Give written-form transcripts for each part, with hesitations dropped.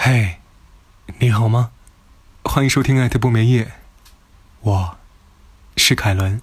嘿，你好吗？欢迎收听爱的不眠夜，我是凯伦。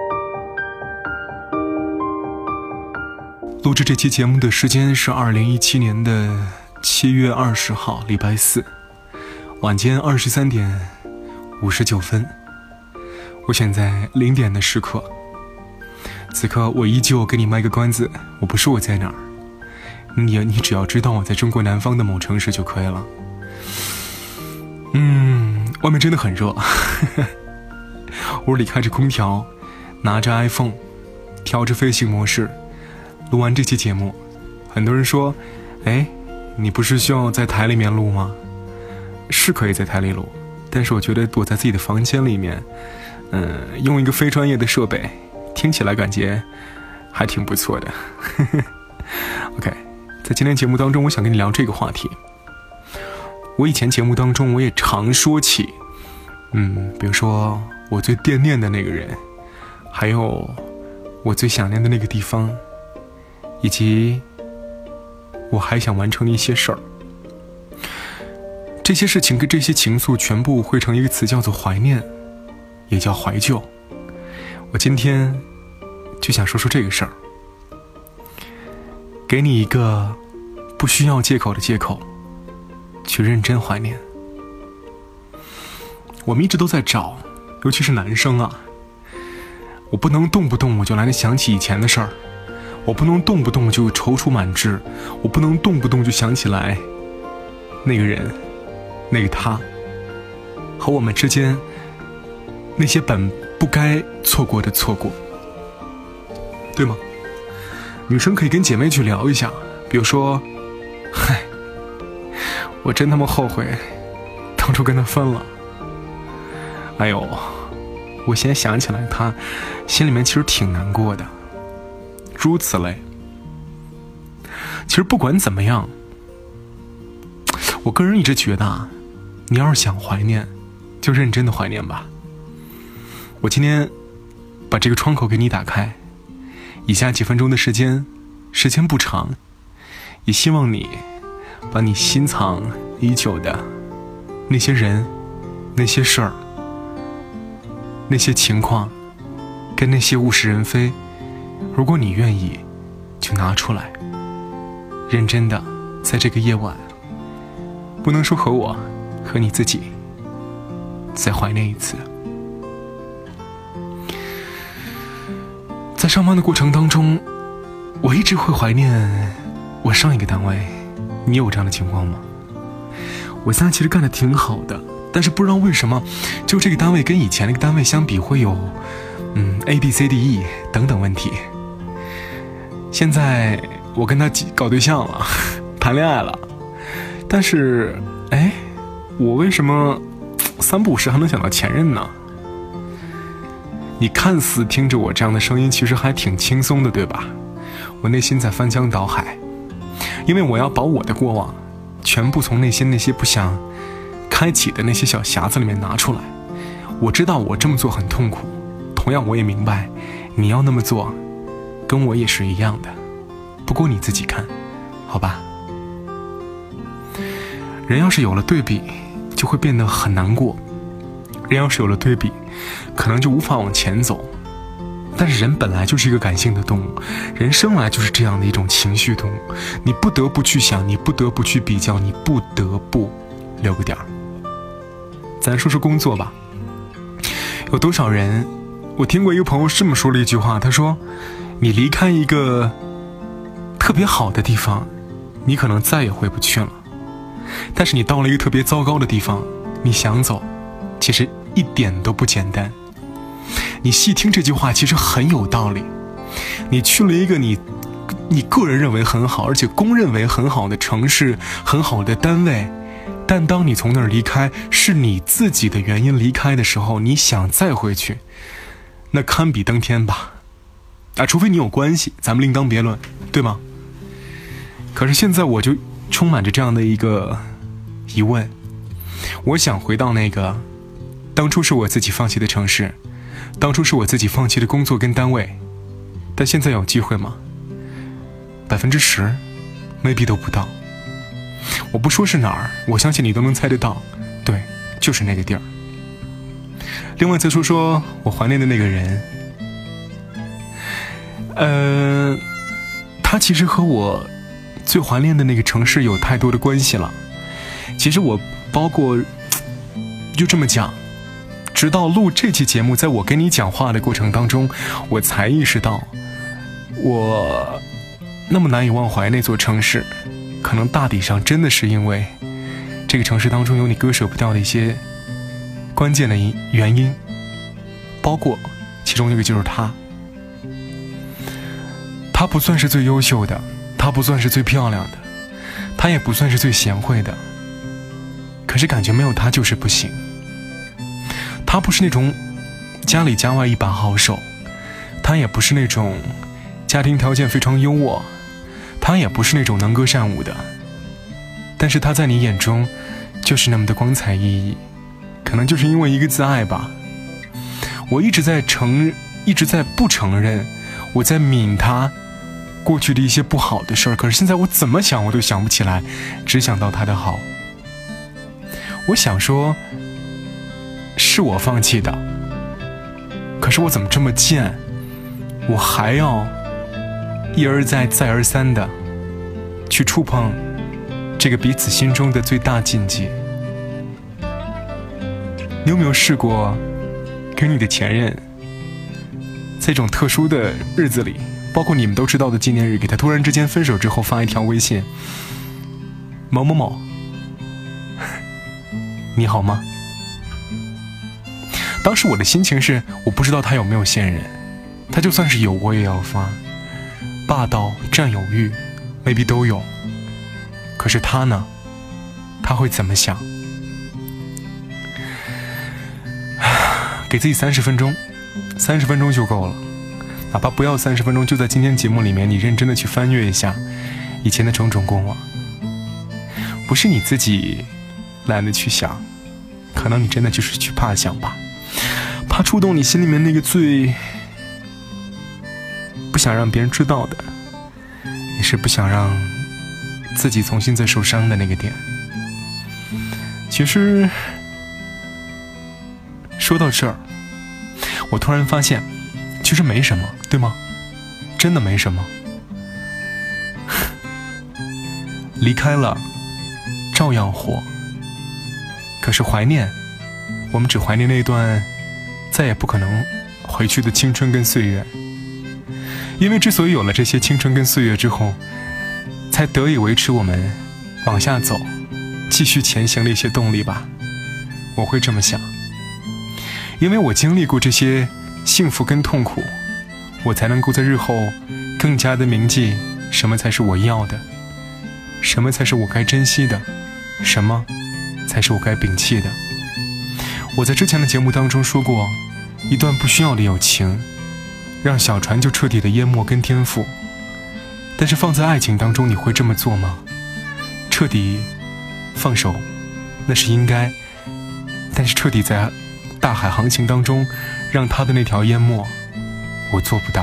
录制这期节目的时间是2017年的7月20号，礼拜四，晚间23点59分。我选在0点的时刻，此刻我依旧给你卖个关子，我不说我在哪儿，你只要知道我在中国南方的某城市就可以了。外面真的很热，屋里开着空调，拿着 iPhone， 调着飞行模式，录完这期节目。很多人说，你不是需要在台里面录吗？是可以在台里录，但是我觉得躲在自己的房间里面，用一个非专业的设备，听起来感觉还挺不错的。OK， 在今天节目当中，我想跟你聊这个话题。我以前节目当中我也常说起，比如说我最惦念的那个人，还有我最想念的那个地方，以及我还想完成的一些事儿。这些事情跟这些情愫全部汇成一个词，叫做怀念，也叫怀旧。我今天就想说说这个事儿，给你一个不需要借口的借口，去认真怀念。我们一直都在找，尤其是男生啊，我不能动不动我就来想起以前的事儿，我不能动不动就踌躇满志，我不能动不动就想起来那个人，那个他，和我们之间那些本不该错过的错过，对吗？女生可以跟姐妹去聊一下，比如说，我真他妈后悔当初跟他分了。我现在想起来他心里面其实挺难过的，诸如此类。其实不管怎么样，我个人一直觉得你要是想怀念，就认真的怀念吧。我今天把这个窗口给你打开，以下几分钟的时间不长，也希望你把你心藏已久的那些人，那些事儿，那些情况，跟那些物是人非，如果你愿意，就拿出来，认真的在这个夜晚，不能说和我，和你自己再怀念一次。在上班的过程当中，我一直会怀念我上一个单位。你有这样的情况吗？我现在其实干得挺好的，但是不知道为什么，就这个单位跟以前那个单位相比，会有ABCDE 等等问题。现在我跟他搞对象了，谈恋爱了，但是我为什么三不五时还能想到前任呢？你看似听着我这样的声音，其实还挺轻松的，对吧？我内心在翻江倒海，因为我要把我的过往全部从内心那些不想开启的那些小匣子里面拿出来。我知道我这么做很痛苦，同样我也明白你要那么做跟我也是一样的，不过你自己看好吧。人要是有了对比，就会变得很难过，人要是有了对比，可能就无法往前走。但是人本来就是一个感性的动物，人生来就是这样的一种情绪动物，你不得不去想，你不得不去比较，你不得不留个点儿。咱说说工作吧，有多少人，我听过一个朋友这么说了一句话，他说你离开一个特别好的地方，你可能再也回不去了，但是你到了一个特别糟糕的地方，你想走其实一点都不简单。你细听这句话其实很有道理。你去了一个你个人认为很好，而且公认为很好的城市，很好的单位，但当你从那儿离开，是你自己的原因离开的时候，你想再回去，那堪比登天吧。除非你有关系，咱们另当别论，对吗？可是现在我就充满着这样的一个疑问，我想回到那个当初是我自己放弃的城市，当初是我自己放弃的工作跟单位，但现在有机会吗？10%maybe 都不到。 我不说是哪儿，我相信你都能猜得到。对，就是那个地儿。另外再说说我怀念的那个人，他其实和我最怀念的那个城市有太多的关系了。其实我包括就这么讲，直到录这期节目，在我跟你讲话的过程当中，我才意识到我那么难以忘怀那座城市，可能大抵上真的是因为这个城市当中有你割舍不掉的一些关键的原因，包括其中一个就是他。他不算是最优秀的，他不算是最漂亮的，他也不算是最贤惠的，可是感觉没有他就是不行。他不是那种家里家外一把好手，他也不是那种家庭条件非常优渥，他也不是那种能歌善舞的，但是他在你眼中就是那么的光彩熠熠，可能就是因为一个字爱吧。我一直在不承认，我在抿他过去的一些不好的事儿，可是现在我怎么想我都想不起来，只想到他的好。我想说是我放弃的，可是我怎么这么贱，我还要一而再再而三的去触碰这个彼此心中的最大禁忌。你有没有试过跟你的前任在这种特殊的日子里，包括你们都知道的纪念日，给他突然之间分手之后发一条微信，某某某你好吗？当时我的心情是，我不知道他有没有现任，他就算是有我也要发，霸道占有欲 maybe 都有，可是他呢，他会怎么想？给自己30分钟，30分钟就够了，哪怕不要30分钟，就在今天节目里面，你认真的去翻阅一下以前的种种过往。不是你自己懒得去想，可能你真的就是去怕想吧，怕触动你心里面那个最不想让别人知道的，也是不想让自己重新再受伤的那个点。其实说到这儿，我突然发现其实没什么，对吗？真的没什么。离开了照样活，可是怀念，我们只怀念那段再也不可能回去的青春跟岁月。因为之所以有了这些青春跟岁月之后，才得以维持我们往下走继续前行的一些动力吧，我会这么想。因为我经历过这些幸福跟痛苦，我才能够在日后更加的铭记什么才是我要的，什么才是我该珍惜的，什么才是我该摒弃的。我在之前的节目当中说过，一段不需要的友情让小船就彻底的淹没跟颠覆，但是放在爱情当中，你会这么做吗？彻底放手那是应该，但是彻底在大海航行当中让他的那条淹没，我做不到。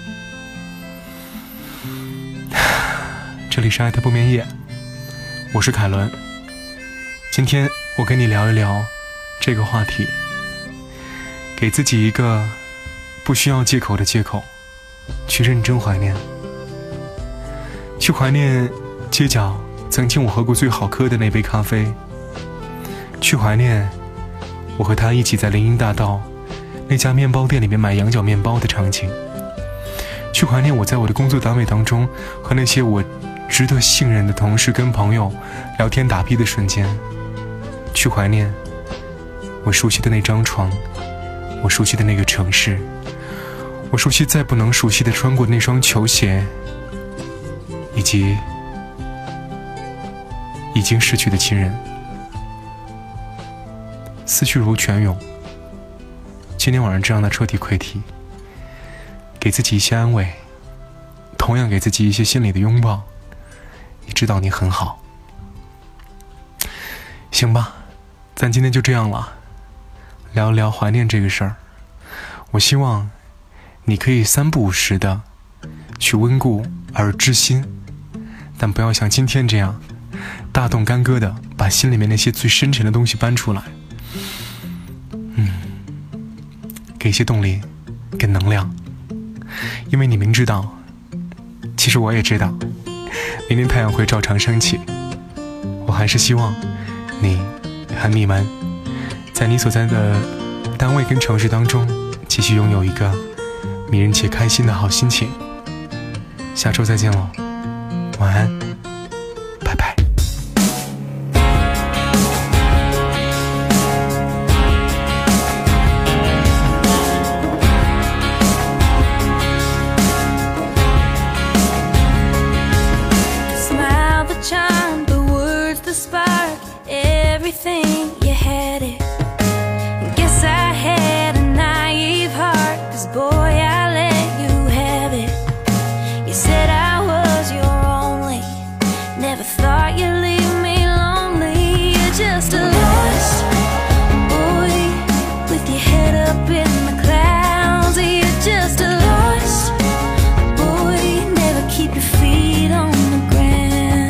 这里是爱的不眠夜，我是凯伦。今天我跟你聊一聊这个话题，给自己一个不需要借口的借口，去认真怀念，去怀念街角曾经我喝过最好喝的那杯咖啡，去怀念我和他一起在林荫大道那家面包店里面买羊角面包的场景，去怀念我在我的工作单位当中和那些我值得信任的同事跟朋友聊天打屁的瞬间，去怀念我熟悉的那张床，我熟悉的那个城市，我熟悉再不能熟悉的穿过那双球鞋，以及已经逝去的亲人。思绪如泉涌，今天晚上这样的彻底溃堤，给自己一些安慰，同样给自己一些心理的拥抱。你知道你很好，行吧，咱今天就这样了，聊一聊怀念这个事儿。我希望你可以3不5时的去温故而知新，但不要像今天这样大动干戈的把心里面那些最深沉的东西搬出来。给些动力，给能量，因为你明知道，其实我也知道，明天太阳会照常升起。我还是希望你和你们在你所在的单位跟城市当中继续拥有一个迷人且开心的好心情。下周再见喽，晚安，拜拜。 Everything you had it. Guess I had a naive heart, 'cause boy I let you have it. You said I was your only, never thought you'd leave me lonely. You're just a lost boy with your head up in the clouds. You're just a lost boy, never keep your feet on the ground.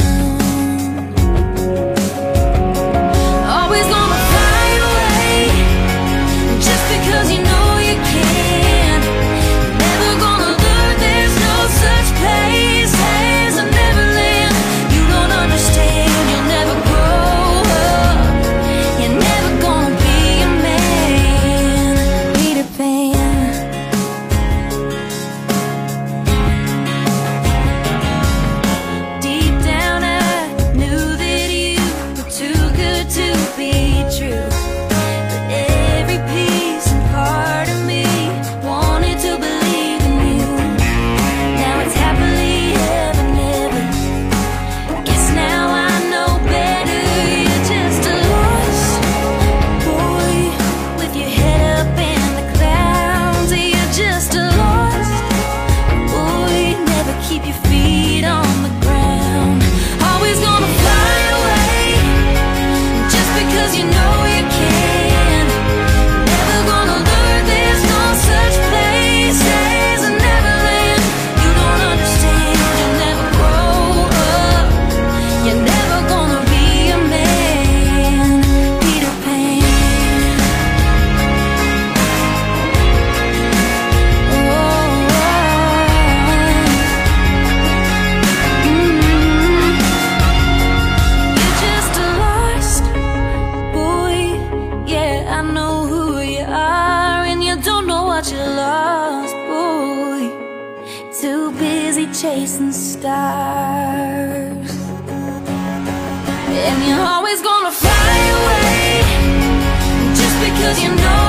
Chasing stars, and you're always gonna fly away just because you know